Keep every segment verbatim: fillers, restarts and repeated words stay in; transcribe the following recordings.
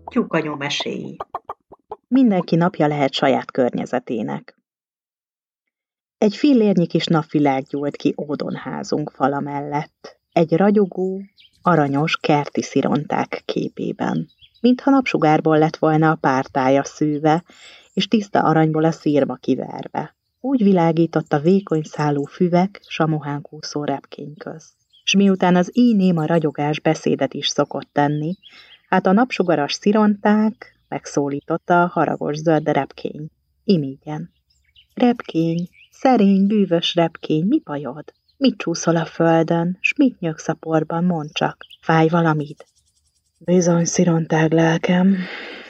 Tyúkanyó meséi. Mindenki napja lehet saját környezetének. Egy fillérnyi kis napvilág gyúlt ki ódonházunk fala mellett, egy ragyogó, aranyos kerti szironták képében, mintha napsugárból lett volna a pártája szűve, és tiszta aranyból a szírma kiverve. Úgy világított a vékony szálú füvek s a mohán kúszó repkény köz. S miután az így néma ragyogás beszédet is szokott tenni, hát a napsugaras szironták megszólította a haragos zöld repkény. Imígyen. Repkény, szerény, bűvös repkény, mi bajod? Mit csúszol a földön, s mit nyögsz a porban, mondd csak, fáj valamit? Bizony, szirontág lelkem,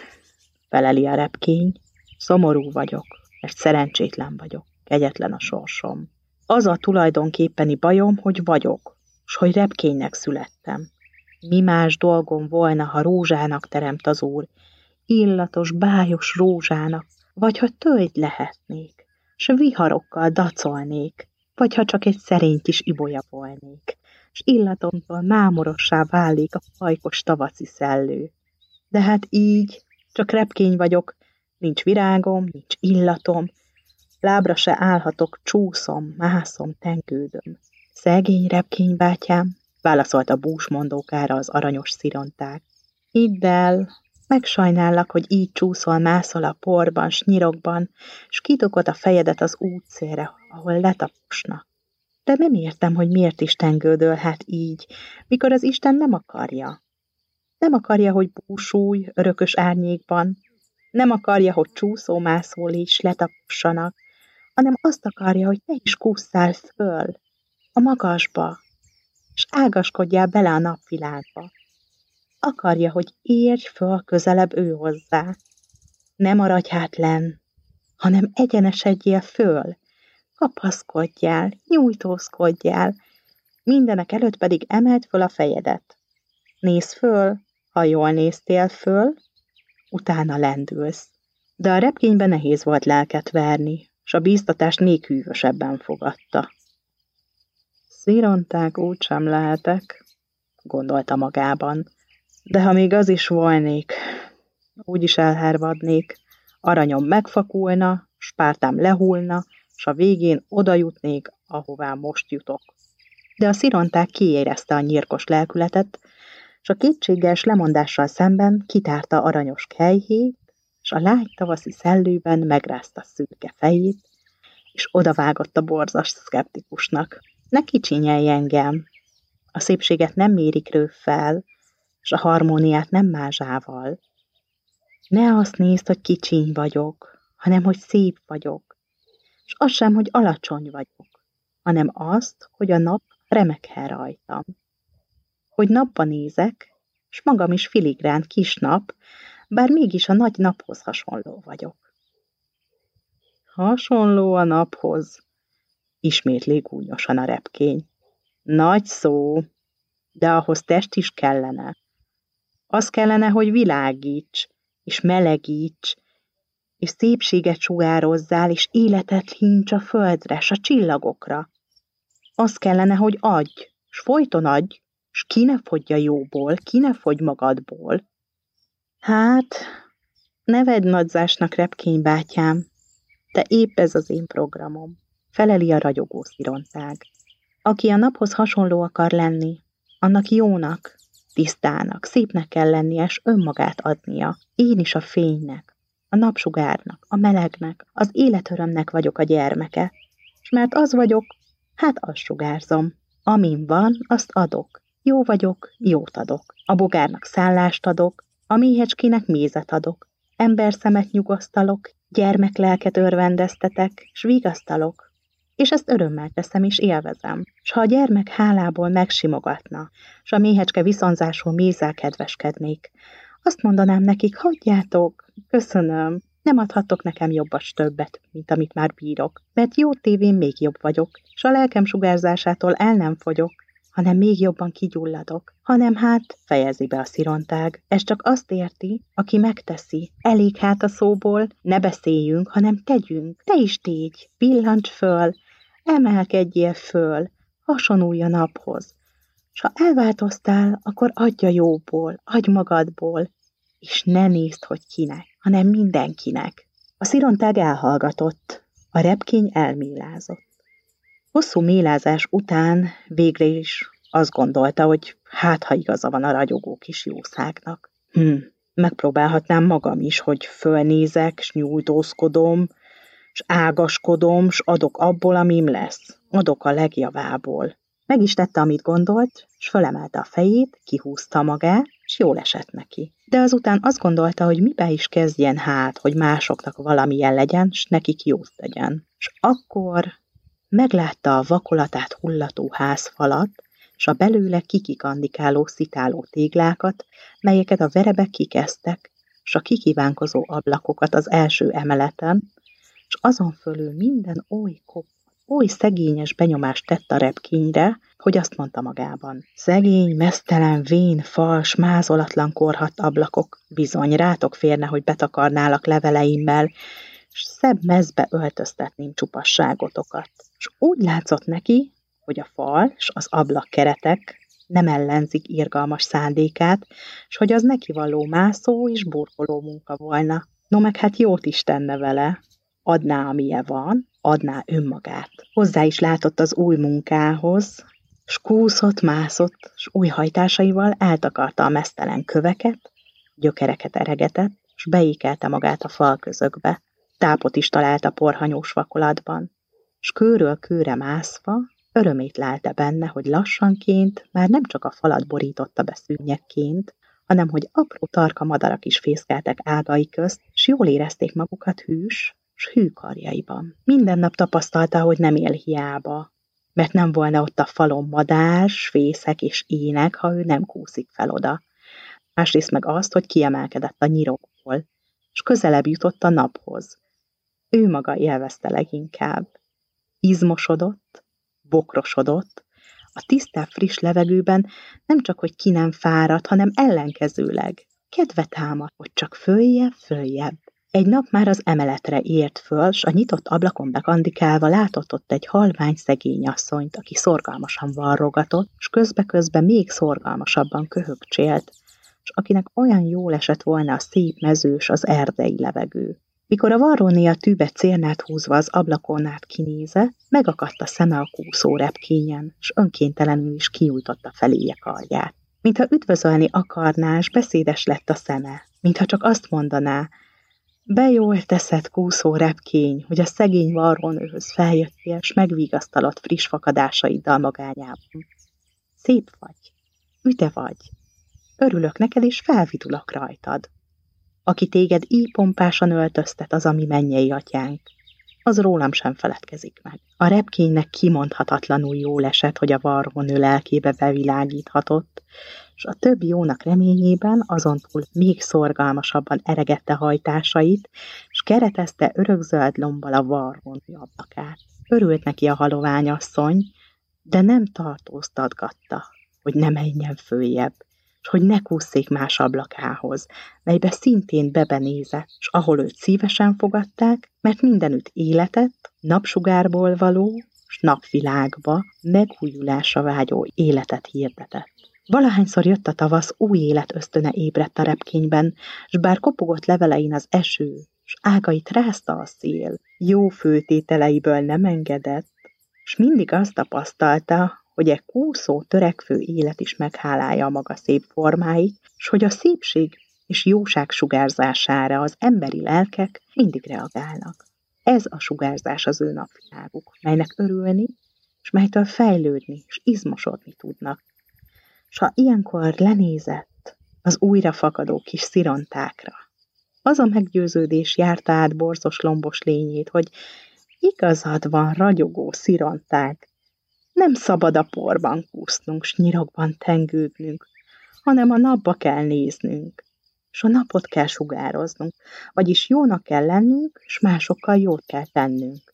feleli a repkény, szomorú vagyok, mert szerencsétlen vagyok, kegyetlen a sorsom. Az a tulajdonképpeni bajom, hogy vagyok, s hogy repkénynek születtem. Mi más dolgom volna, ha rózsának teremt az Úr, illatos, bájos rózsának, vagy ha tölgy lehetnék, s viharokkal dacolnék, vagy ha csak egy szerény kis ibolya volnék, s illatomtól mámorossá válik a fajkos tavaszi szellő. De hát így, csak repkény vagyok, nincs virágom, nincs illatom, lábra se állhatok, csúszom, mászom, tengődöm. Szegény repkény bátyám, válaszolta búsmondókára az aranyos szironták. Hidd el, megsajnállak, hogy így csúszol, mászol a porban, s nyirokban, s kitokod a fejedet az útszélre, ahol letaposnak. De nem értem, hogy miért is tengődöl hát így, mikor az Isten nem akarja. Nem akarja, hogy búsulj örökös árnyékban, nem akarja, hogy csúszó-mászó is letapossanak, hanem azt akarja, hogy te is kússzál föl, a magasba, s ágaskodjál bele a napvilágba. Akarja, hogy érj föl közelebb ő hozzá. Ne maradj hát lenn, hanem egyenesedjél föl, kapaszkodjál, nyújtózkodjál, mindenek előtt pedig emeld föl a fejedet. Nézz föl, ha jól néztél föl, utána lendülsz. De a repkénybe nehéz volt lelket verni, s a bíztatást még hűvösebben fogadta. Szironták úgysem lehetek, gondolta magában, de ha még az is volnék, úgyis elhervadnék, aranyom megfakulna, spártám lehullna, s a végén oda jutnék, ahová most jutok. De a szironták kiérezte a nyírkos lelkületet, s a kétséggel s lemondással szemben kitárta aranyos kelyhét, s a lágy tavaszi szellőben megrázta szürke fejét, és odavágott a borzas szkeptikusnak. Ne kicsinyelj engem! A szépséget nem mérik rőffel, s a harmóniát nem mázsával. Ne azt nézd, hogy kicsiny vagyok, hanem hogy szép vagyok, s az sem, hogy alacsony vagyok, hanem azt, hogy a nap remekkel rajtam. Hogy napba nézek, s magam is filigrán kis nap, bár mégis a nagy naphoz hasonló vagyok. Hasonló a naphoz, ismétli gúnyosan a repkény. Nagy szó, de ahhoz test is kellene. Az kellene, hogy világíts, és melegíts, és szépséget sugározzál, és életet hints a földre, s a csillagokra. Az kellene, hogy adj, s folyton adj, s ki ne fogyja jóból, ki ne fogy magadból. Hát, ne vedd nagyzásnak, repkény bátyám, de épp ez az én programom, feleli a ragyogó szirontág. Aki a naphoz hasonló akar lenni, annak jónak, tisztának, szépnek kell lennie, s önmagát adnia. Én is a fénynek, a napsugárnak, a melegnek, az életörömnek vagyok a gyermeke, s mert az vagyok, hát azt sugárzom. Amin van, azt adok. Jó vagyok, jót adok. A bogárnak szállást adok, a méhecskének mézet adok. Emberszemet nyugasztalok, gyermeklelket örvendeztetek, s vigasztalok. És ezt örömmel teszem és élvezem. S ha a gyermek hálából megsimogatna, s a méhecske viszonzásul mézzel kedveskednék, azt mondanám nekik, hagyjátok, köszönöm, nem adhattok nekem jobbat s többet, mint amit már bírok, mert jó tévén még jobb vagyok, s a lelkem sugárzásától el nem fogyok, hanem még jobban kigyulladok, hanem hát, fejezi be a szirontág, ez csak azt érti, aki megteszi. Elég hát a szóból, ne beszéljünk, hanem tegyünk, te is tégy, pillancs föl, emelkedjél föl, hasonulj a naphoz. S ha elváltoztál, akkor adj a jóból, adj magadból. és ne nézd, hogy kinek, hanem mindenkinek. A szirontág elhallgatott, a repkény elmélázott. Hosszú mélázás után végre is azt gondolta, hogy hát, ha igaza van a ragyogó kis jószágnak. Hm, megpróbálhatnám magam is, hogy fölnézek, s nyújtózkodom, s ágaskodom, s adok abból, amim lesz. Adok a legjavából. Meg is tette, amit gondolt, s fölemelte a fejét, kihúzta magát, s jól esett neki. De azután azt gondolta, hogy mibe is kezdjen hát, hogy másoknak valamilyen legyen, s nekik jót tegyen. S akkor meglátta a vakolatát hullató házfalat, s a belőle kikikandikáló szitáló téglákat, melyeket a verebek kikezdtek, s a kikívánkozó ablakokat az első emeleten, s azon fölül minden oly kop, oly szegényes benyomást tett a repkényre, hogy azt mondta magában. Szegény, meztelen, vén, fals, mázolatlan korhadt ablakok, bizony rátok férne, hogy betakarnálak leveleimmel, s szebb mezbe öltöztetném csupasságotokat. És úgy látszott neki, hogy a fal s az ablakkeretek nem ellenzik irgalmas szándékát, s hogy az neki való mászó és burkoló munka volna. No meg hát jót is tenne vele, adná, amilyen van, adná önmagát. Hozzá is látott az új munkához, s kúszott, mászott, s új hajtásaival eltakarta a meztelen köveket, gyökereket eregetett, s beékelte magát a fal közökbe. Tápot is talált a porhanyós vakolatban, s kőről kőre mászva örömét lellte benne, hogy lassanként már nem csak a falat borította be szűnyekként, hanem hogy apró tarka madarak is fészkeltek ágai közt, s jól érezték magukat hűs, s hű karjaiban. Minden nap tapasztalta, hogy nem él hiába, mert nem volna ott a falon madár, fészek és ének, ha ő nem kúszik fel oda. Másrészt meg azt, hogy kiemelkedett a nyirokból, s közelebb jutott a naphoz. Ő maga élvezte leginkább. Izmosodott, bokrosodott, a tisztább, friss levegőben nem csak, hogy ki nem fáradt, hanem ellenkezőleg. Kedve támad, hogy csak följebb, följebb. Egy nap már az emeletre ért föl, s a nyitott ablakon bekandikálva látott ott egy halvány szegény asszonyt, aki szorgalmasan varrogatott, s közbe-közbe még szorgalmasabban köhögcsélt, s akinek olyan jól esett volna a szép mezős, az erdei levegő. Mikor a varróné a tűbe cérnát húzva az ablakon át kinéze, megakadt a szeme a kúszó repkényen, s önkéntelenül is kinyújtotta feléje karját. Mintha üdvözölni akarná, s beszédes lett a szeme, mintha csak azt mondaná, be jól teszed, kúszó repkény, hogy a szegény varrónőhöz feljöttél, s megvigasztalott friss fakadásaiddal magányában. Szép vagy, üde vagy, örülök neked, és felvidulok rajtad. Aki téged így pompásan öltöztet, az a mi mennyei atyánk, az rólam sem feledkezik meg. A repkénynek kimondhatatlanul jól esett, hogy a varrónő lelkébe bevilágíthatott, és a több jónak reményében azontúl még szorgalmasabban eregette hajtásait, és keretezte örökzöld lombbal a varrónő ablakát. Örült neki a haloványasszony, de nem tartóztatgatta, hogy ne menjen följebb, s hogy ne kússzék más ablakához, melybe szintén bebenézett, s ahol őt szívesen fogadták, mert mindenütt életet, napsugárból való, s napvilágba, megújulásra vágyó életet hirdetett. Valahányszor jött a tavasz, új élet ösztöne ébredt a repkényben, s bár kopogott levelein az eső, s ágait rázta a szél, jó főtételeiből nem engedett, s mindig azt tapasztalta, hogy egy kúszó, törekvő élet is meghálálja a maga szép formáit, s hogy a szépség és jóság sugárzására az emberi lelkek mindig reagálnak. Ez a sugárzás az ő napviláguk, melynek örülni, s melytől fejlődni, és izmosodni tudnak. S ha ilyenkor lenézett az újra fakadó kis szirontákra, az a meggyőződés járta át borzos lombos lényét, hogy igazad van, ragyogó szironták, nem szabad a porban kúsznunk, s nyirokban tengődnünk, hanem a napba kell néznünk, s a napot kell sugároznunk, vagyis jónak kell lennünk, s másokkal jót kell tennünk.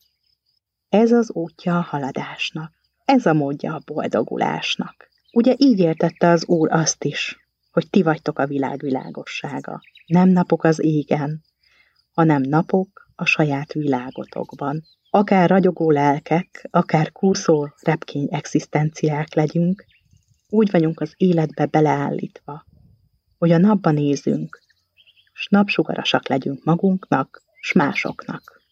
Ez az útja a haladásnak, ez a módja a boldogulásnak. Ugye így értette az Úr azt is, hogy ti vagytok a világ világossága. Nem napok az égen, hanem napok a saját világotokban. Akár ragyogó lelkek, akár kúszó repkény egzisztenciák legyünk, úgy vagyunk az életbe beleállítva, hogy a napba nézünk, s napsugarasak legyünk magunknak, s másoknak.